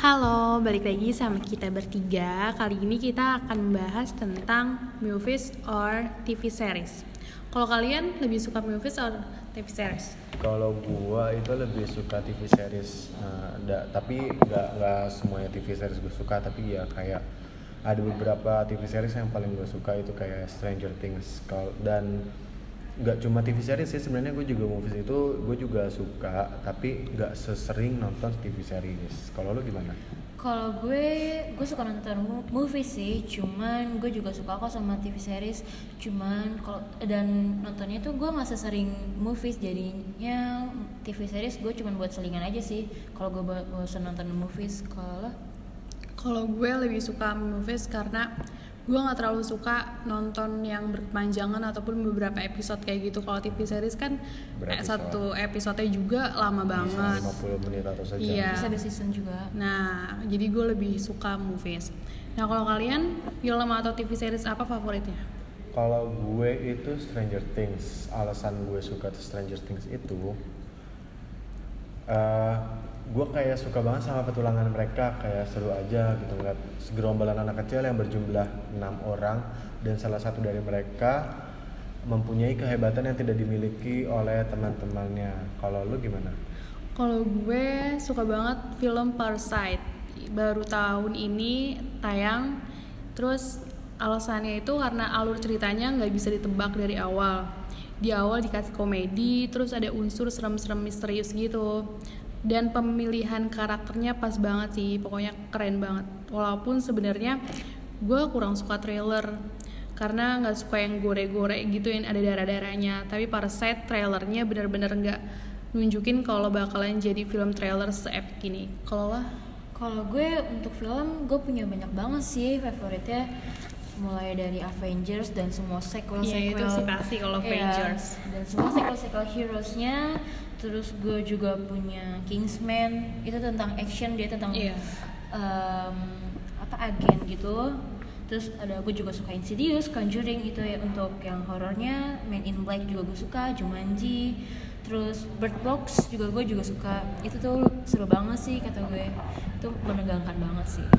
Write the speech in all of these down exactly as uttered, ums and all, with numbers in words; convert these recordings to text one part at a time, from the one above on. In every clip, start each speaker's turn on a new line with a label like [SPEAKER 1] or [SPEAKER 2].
[SPEAKER 1] Halo, balik lagi sama kita bertiga. Kali ini kita akan membahas tentang movies or T V series. Kalau kalian lebih suka movies or T V series?
[SPEAKER 2] Kalau gua itu lebih suka T V series, nah, da, tapi nggak nggak semuanya T V series gue suka, tapi ya kayak ada beberapa T V series yang paling gue suka itu kayak Stranger Things. Kalau dan nggak cuma T V series sih, sebenarnya gue juga movies itu gue juga suka, tapi nggak sesering nonton T V series. Kalau lo gimana?
[SPEAKER 3] Kalau gue, gue suka nonton movie sih, cuman gue juga suka kok sama T V series. Cuman kalau dan nontonnya tuh gue nggak sesering movies, jadinya T V series gue cuman buat selingan aja sih. Kalau gue bosan nonton movies, kalau
[SPEAKER 1] Kalau gue lebih suka movies karena gue nggak terlalu suka nonton yang berkepanjangan ataupun beberapa episode kayak gitu. Kalau T V series kan eh, satu episodenya juga lama banget,
[SPEAKER 2] lima puluh menit atau sejam.
[SPEAKER 1] Iya.
[SPEAKER 3] bisa berseason juga.
[SPEAKER 1] Nah, jadi gue lebih suka movies. Nah, kalau kalian film atau T V series apa favoritnya?
[SPEAKER 2] Kalau gue itu Stranger Things. Alasan gue suka Stranger Things itu uh, gue kayak suka banget sama petualangan mereka, kayak seru aja gitu ngeliat segerombolan anak kecil yang berjumlah enam orang dan salah satu dari mereka mempunyai kehebatan yang tidak dimiliki oleh teman-temannya. Kalau lu gimana?
[SPEAKER 1] Kalau gue suka banget film Parasite. Baru tahun ini tayang. Terus alasannya itu karena alur ceritanya nggak bisa ditebak dari awal. Di awal dikasih komedi, terus ada unsur serem-serem misterius gitu. Dan pemilihan karakternya pas banget sih, pokoknya keren banget. Walaupun sebenarnya gue kurang suka trailer karena nggak suka yang gore-gore gitu yang ada darah-darahnya. Tapi Parasite trailernya benar-benar nggak nunjukin kalau bakalan jadi film trailer se-epic ini. Kalau lah?
[SPEAKER 3] Kalau gue untuk film gue punya banyak banget sih favoritnya, mulai dari Avengers dan semua sequel-sequel.
[SPEAKER 1] Iya, itu suka sih kalau Avengers.
[SPEAKER 3] Ya, dan semua sequel-sequel heroes-nya. Terus gue juga punya Kingsman, itu tentang action, dia tentang
[SPEAKER 1] yeah.
[SPEAKER 3] um, apa agen gitu. Terus ada gue juga suka Insidious, Conjuring itu ya untuk yang horornya. Men in Black juga gue suka, Jumanji. Terus Bird Box juga gue juga suka. Itu tuh seru banget sih kata gue. Itu menegangkan banget sih.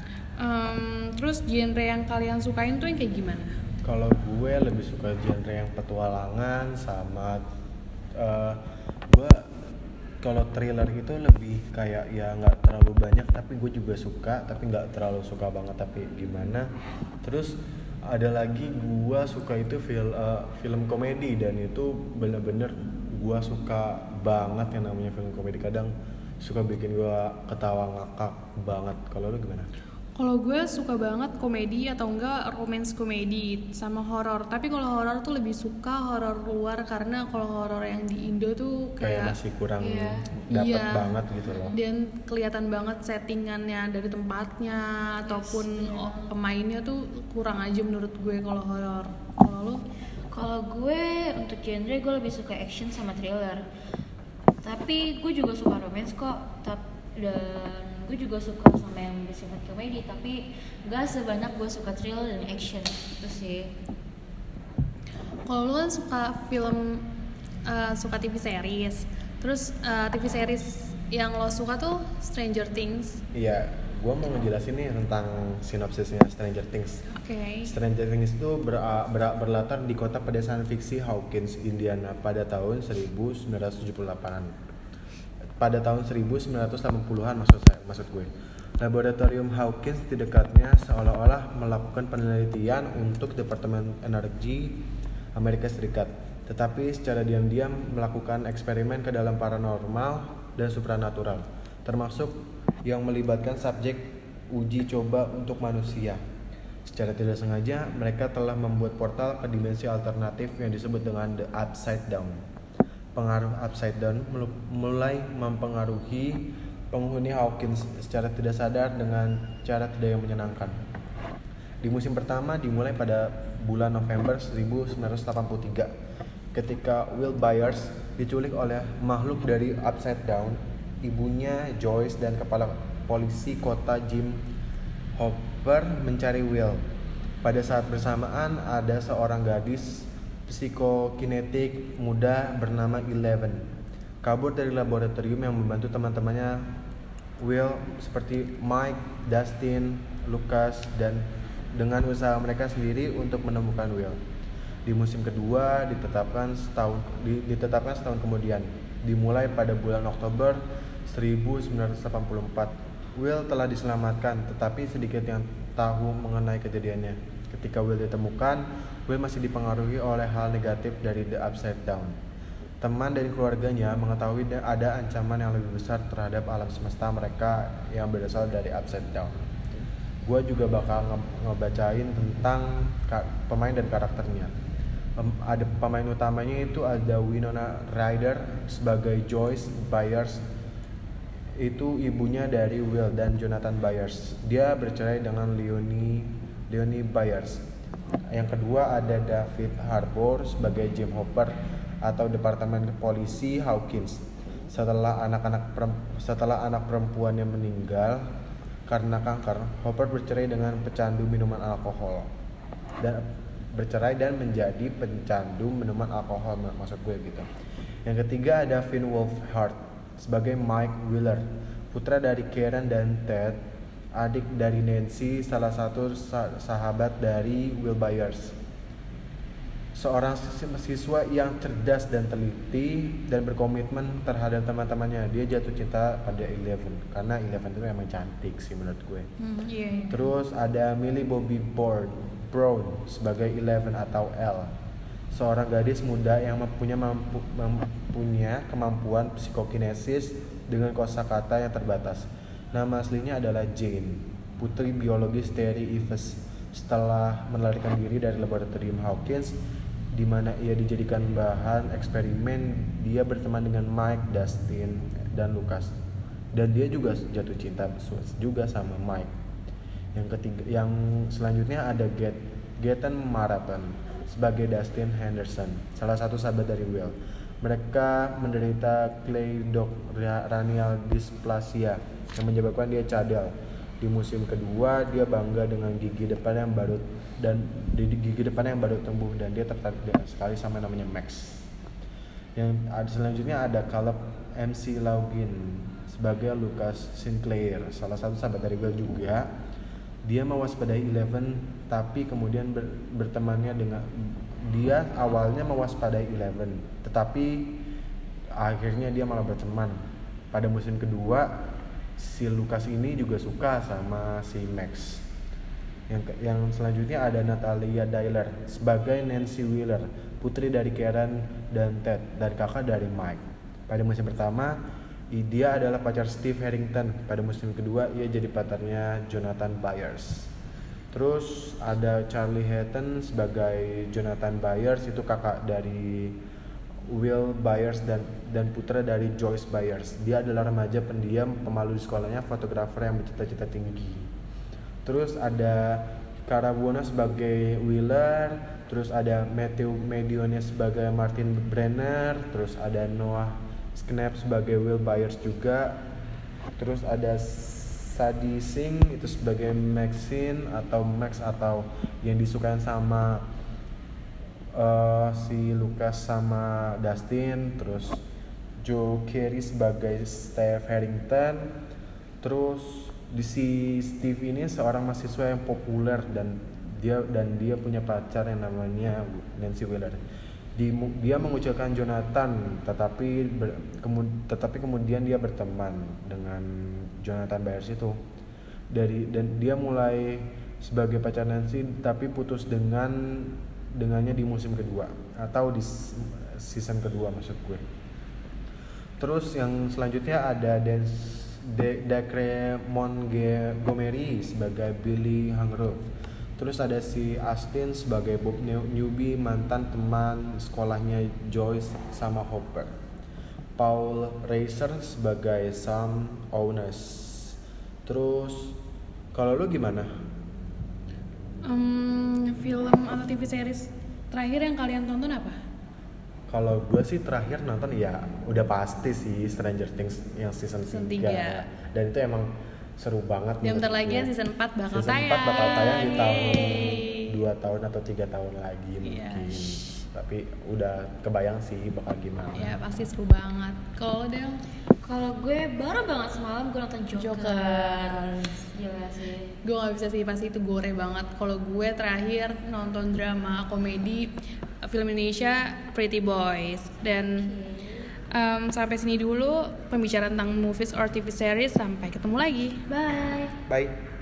[SPEAKER 1] Um, terus genre yang kalian sukain tuh yang kayak gimana?
[SPEAKER 2] Kalau gue lebih suka genre yang petualangan sama uh, gue kalau thriller itu lebih kayak ya nggak terlalu banyak, tapi gue juga suka, tapi nggak terlalu suka banget, tapi gimana. Terus ada lagi gue suka itu film uh, film komedi, dan itu bener-bener gue suka banget yang namanya film komedi. Kadang suka bikin gue ketawa ngakak banget. Kalau lu gimana?
[SPEAKER 1] Kalau gue suka banget komedi atau enggak romance komedi sama horor. Tapi kalau horor tuh lebih suka horor luar karena kalau horor yang di Indo tuh kayak,
[SPEAKER 2] kayak masih kurang
[SPEAKER 3] iya.
[SPEAKER 2] dapet
[SPEAKER 1] iya,
[SPEAKER 2] banget gitu loh.
[SPEAKER 1] Dan kelihatan banget settingannya dari tempatnya ataupun
[SPEAKER 3] yes,
[SPEAKER 1] pemainnya tuh kurang aja menurut gue kalau horor. Kalau lo?
[SPEAKER 3] Kalau gue untuk genre gue lebih suka action sama thriller. Tapi gue juga suka romance kok. Dan gue juga suka sama yang bersifat komedi, tapi gak sebanyak gue suka thriller dan action itu sih.
[SPEAKER 1] Kalau lo kan suka film, uh, suka T V series, terus uh, T V series yang lo suka tuh Stranger Things.
[SPEAKER 2] Iya, gue mau ngejelasin nih tentang sinopsisnya Stranger Things.
[SPEAKER 1] Oke. Okay.
[SPEAKER 2] Stranger Things itu ber, ber, berlatar di kota pedesaan fiksi Hawkins, Indiana pada tahun seribu sembilan ratus tujuh puluh delapan-an. Pada tahun seribu sembilan ratus delapan puluhan maksud saya, maksud gue. Laboratorium Hawkins di dekatnya seolah-olah melakukan penelitian untuk Departemen Energi Amerika Serikat, tetapi secara diam-diam melakukan eksperimen ke dalam paranormal dan supranatural, termasuk yang melibatkan subjek uji coba untuk manusia. Secara tidak sengaja, mereka telah membuat portal ke dimensi alternatif yang disebut dengan The Upside Down. Pengaruh Upside Down mulai mempengaruhi penghuni Hawkins secara tidak sadar dengan cara tidak yang menyenangkan. Di musim pertama dimulai pada bulan November seribu sembilan ratus delapan puluh tiga, ketika Will Byers diculik oleh makhluk dari Upside Down. Ibunya Joyce dan kepala polisi kota Jim Hopper mencari Will. Pada saat bersamaan ada seorang gadis psikokinetik muda bernama Eleven kabur dari laboratorium yang membantu teman-temannya Will seperti Mike, Dustin, Lucas, dan dengan usaha mereka sendiri untuk menemukan Will. Di musim kedua ditetapkan setahun ditetapkan setahun kemudian, dimulai pada bulan Oktober seribu sembilan ratus delapan puluh empat. Will telah diselamatkan, tetapi sedikit yang tahu mengenai kejadiannya. Ketika Will ditemukan, Will masih dipengaruhi oleh hal negatif dari The Upside Down. Teman dan keluarganya mengetahui ada ancaman yang lebih besar terhadap alam semesta mereka yang berasal dari Upside Down. Gue juga bakal nge- ngebacain tentang ka- pemain dan karakternya. Um, ada pemain utamanya itu ada Winona Ryder sebagai Joyce Byers. Itu ibunya dari Will dan Jonathan Byers. Dia bercerai dengan Leonie Leonie Byers. Yang kedua ada David Harbour sebagai Jim Hopper atau Departemen Polisi Hawkins. Setelah anak-anak setelah anak perempuannya meninggal karena kanker, Hopper bercerai dengan pecandu minuman alkohol dan bercerai dan menjadi pencandu minuman alkohol, maksud gue gitu. Yang ketiga ada Finn Wolfhard sebagai Mike Wheeler, putra dari Karen dan Ted, adik dari Nancy, salah satu sahabat dari Will Byers. Seorang siswa yang cerdas dan teliti dan berkomitmen terhadap teman-temannya. Dia jatuh cinta pada Eleven karena Eleven itu memang cantik sih menurut gue.
[SPEAKER 1] Hmm, iya, iya.
[SPEAKER 2] Terus ada Millie Bobby Brown, Brown sebagai Eleven atau L, seorang gadis muda yang mempunyai mampu, mempunyai kemampuan psikokinesis dengan kosakata yang terbatas. Nama aslinya adalah Jane, putri biologis Terry Ives. Setelah melarikan diri dari laboratorium Hawkins, di mana ia dijadikan bahan eksperimen, dia berteman dengan Mike, Dustin, dan Lucas. Dan dia juga jatuh cinta juga sama Mike. Yang ketiga, yang selanjutnya ada Get, Gaten Marathon sebagai Dustin Henderson, salah satu sahabat dari Will. Mereka menderita cleidocranial dysplasia yang menyebabkan dia cadel. Di musim kedua dia bangga dengan gigi depan yang baru dan di gigi depan yang baru tumbuh dan dia tertarik sekali sama namanya Max. Yang ada selanjutnya ada Caleb M C Laughlin sebagai Lucas Sinclair, salah satu sahabat dari Will juga. Dia mewaspadai Eleven tapi kemudian ber, bertemannya dengan dia awalnya mewaspadai Eleven, tetapi akhirnya dia malah berteman. Pada musim kedua si Lucas ini juga suka sama si Max. Yang yang selanjutnya ada Natalia Dyer sebagai Nancy Wheeler, putri dari Karen dan Ted dan kakak dari Mike. Pada musim pertama dia adalah pacar Steve Harrington. Pada musim kedua ia jadi pacarnya Jonathan Byers. Terus ada Charlie Hatton sebagai Jonathan Byers, itu kakak dari Will Byers dan dan putra dari Joyce Byers. Dia adalah remaja pendiam, pemalu di sekolahnya, fotografer yang bercita-cita tinggi. Terus ada Cara Buona sebagai Wheeler, terus ada Matthew Medione sebagai Martin Brenner, terus ada Noah Schnapp sebagai Will Byers juga. Terus ada Sadie Singh itu sebagai Maxine atau Max atau yang disukai sama uh, si Lucas sama Dustin. Terus Joe Carey sebagai Steve Harrington. Terus di si Steve ini seorang mahasiswa yang populer dan dia dan dia punya pacar yang namanya Nancy Wheeler. Di, dia mengucilkan Jonathan, tetapi ber, kemud, tetapi kemudian dia berteman dengan Jonathan Byers itu. Dari dan dia mulai sebagai pacar Nancy, tapi putus dengan dengannya di musim kedua atau di season kedua maksud gue. Terus yang selanjutnya ada Dance De- Dacre Montgomery sebagai Billy Hangrove. Terus ada si Austin sebagai Bob Newby, mantan teman sekolahnya Joyce sama Hopper. Paul Reiser sebagai Sam Owens. Terus kalau lu gimana?
[SPEAKER 1] Um, film atau T V series terakhir yang kalian tonton apa?
[SPEAKER 2] Kalau gue sih terakhir nonton ya udah pasti sih Stranger Things yang season,
[SPEAKER 1] Season
[SPEAKER 2] tiga.
[SPEAKER 1] tiga.
[SPEAKER 2] Dan itu emang seru banget.
[SPEAKER 1] Yang bentar
[SPEAKER 2] menurut
[SPEAKER 1] lagi
[SPEAKER 2] gue.
[SPEAKER 1] season empat bakal
[SPEAKER 2] Season
[SPEAKER 1] tayang.
[SPEAKER 2] empat bakal tayang di tahun
[SPEAKER 1] Yeay.
[SPEAKER 2] dua tahun atau tiga tahun lagi mungkin.
[SPEAKER 1] Yes.
[SPEAKER 2] Tapi udah kebayang sih bakal gimana.
[SPEAKER 1] Ya pasti seru banget. Kalau Del?
[SPEAKER 3] Kalau gue baru banget semalam gue nonton Joker.
[SPEAKER 1] Joker.
[SPEAKER 3] Gila sih.
[SPEAKER 1] Gue nggak bisa sih, pasti itu gore banget. Kalau gue terakhir nonton drama komedi film Indonesia Pretty Boys. Dan um, sampai sini dulu pembicaraan tentang movies or T V series. Sampai ketemu lagi.
[SPEAKER 3] Bye.
[SPEAKER 2] Bye.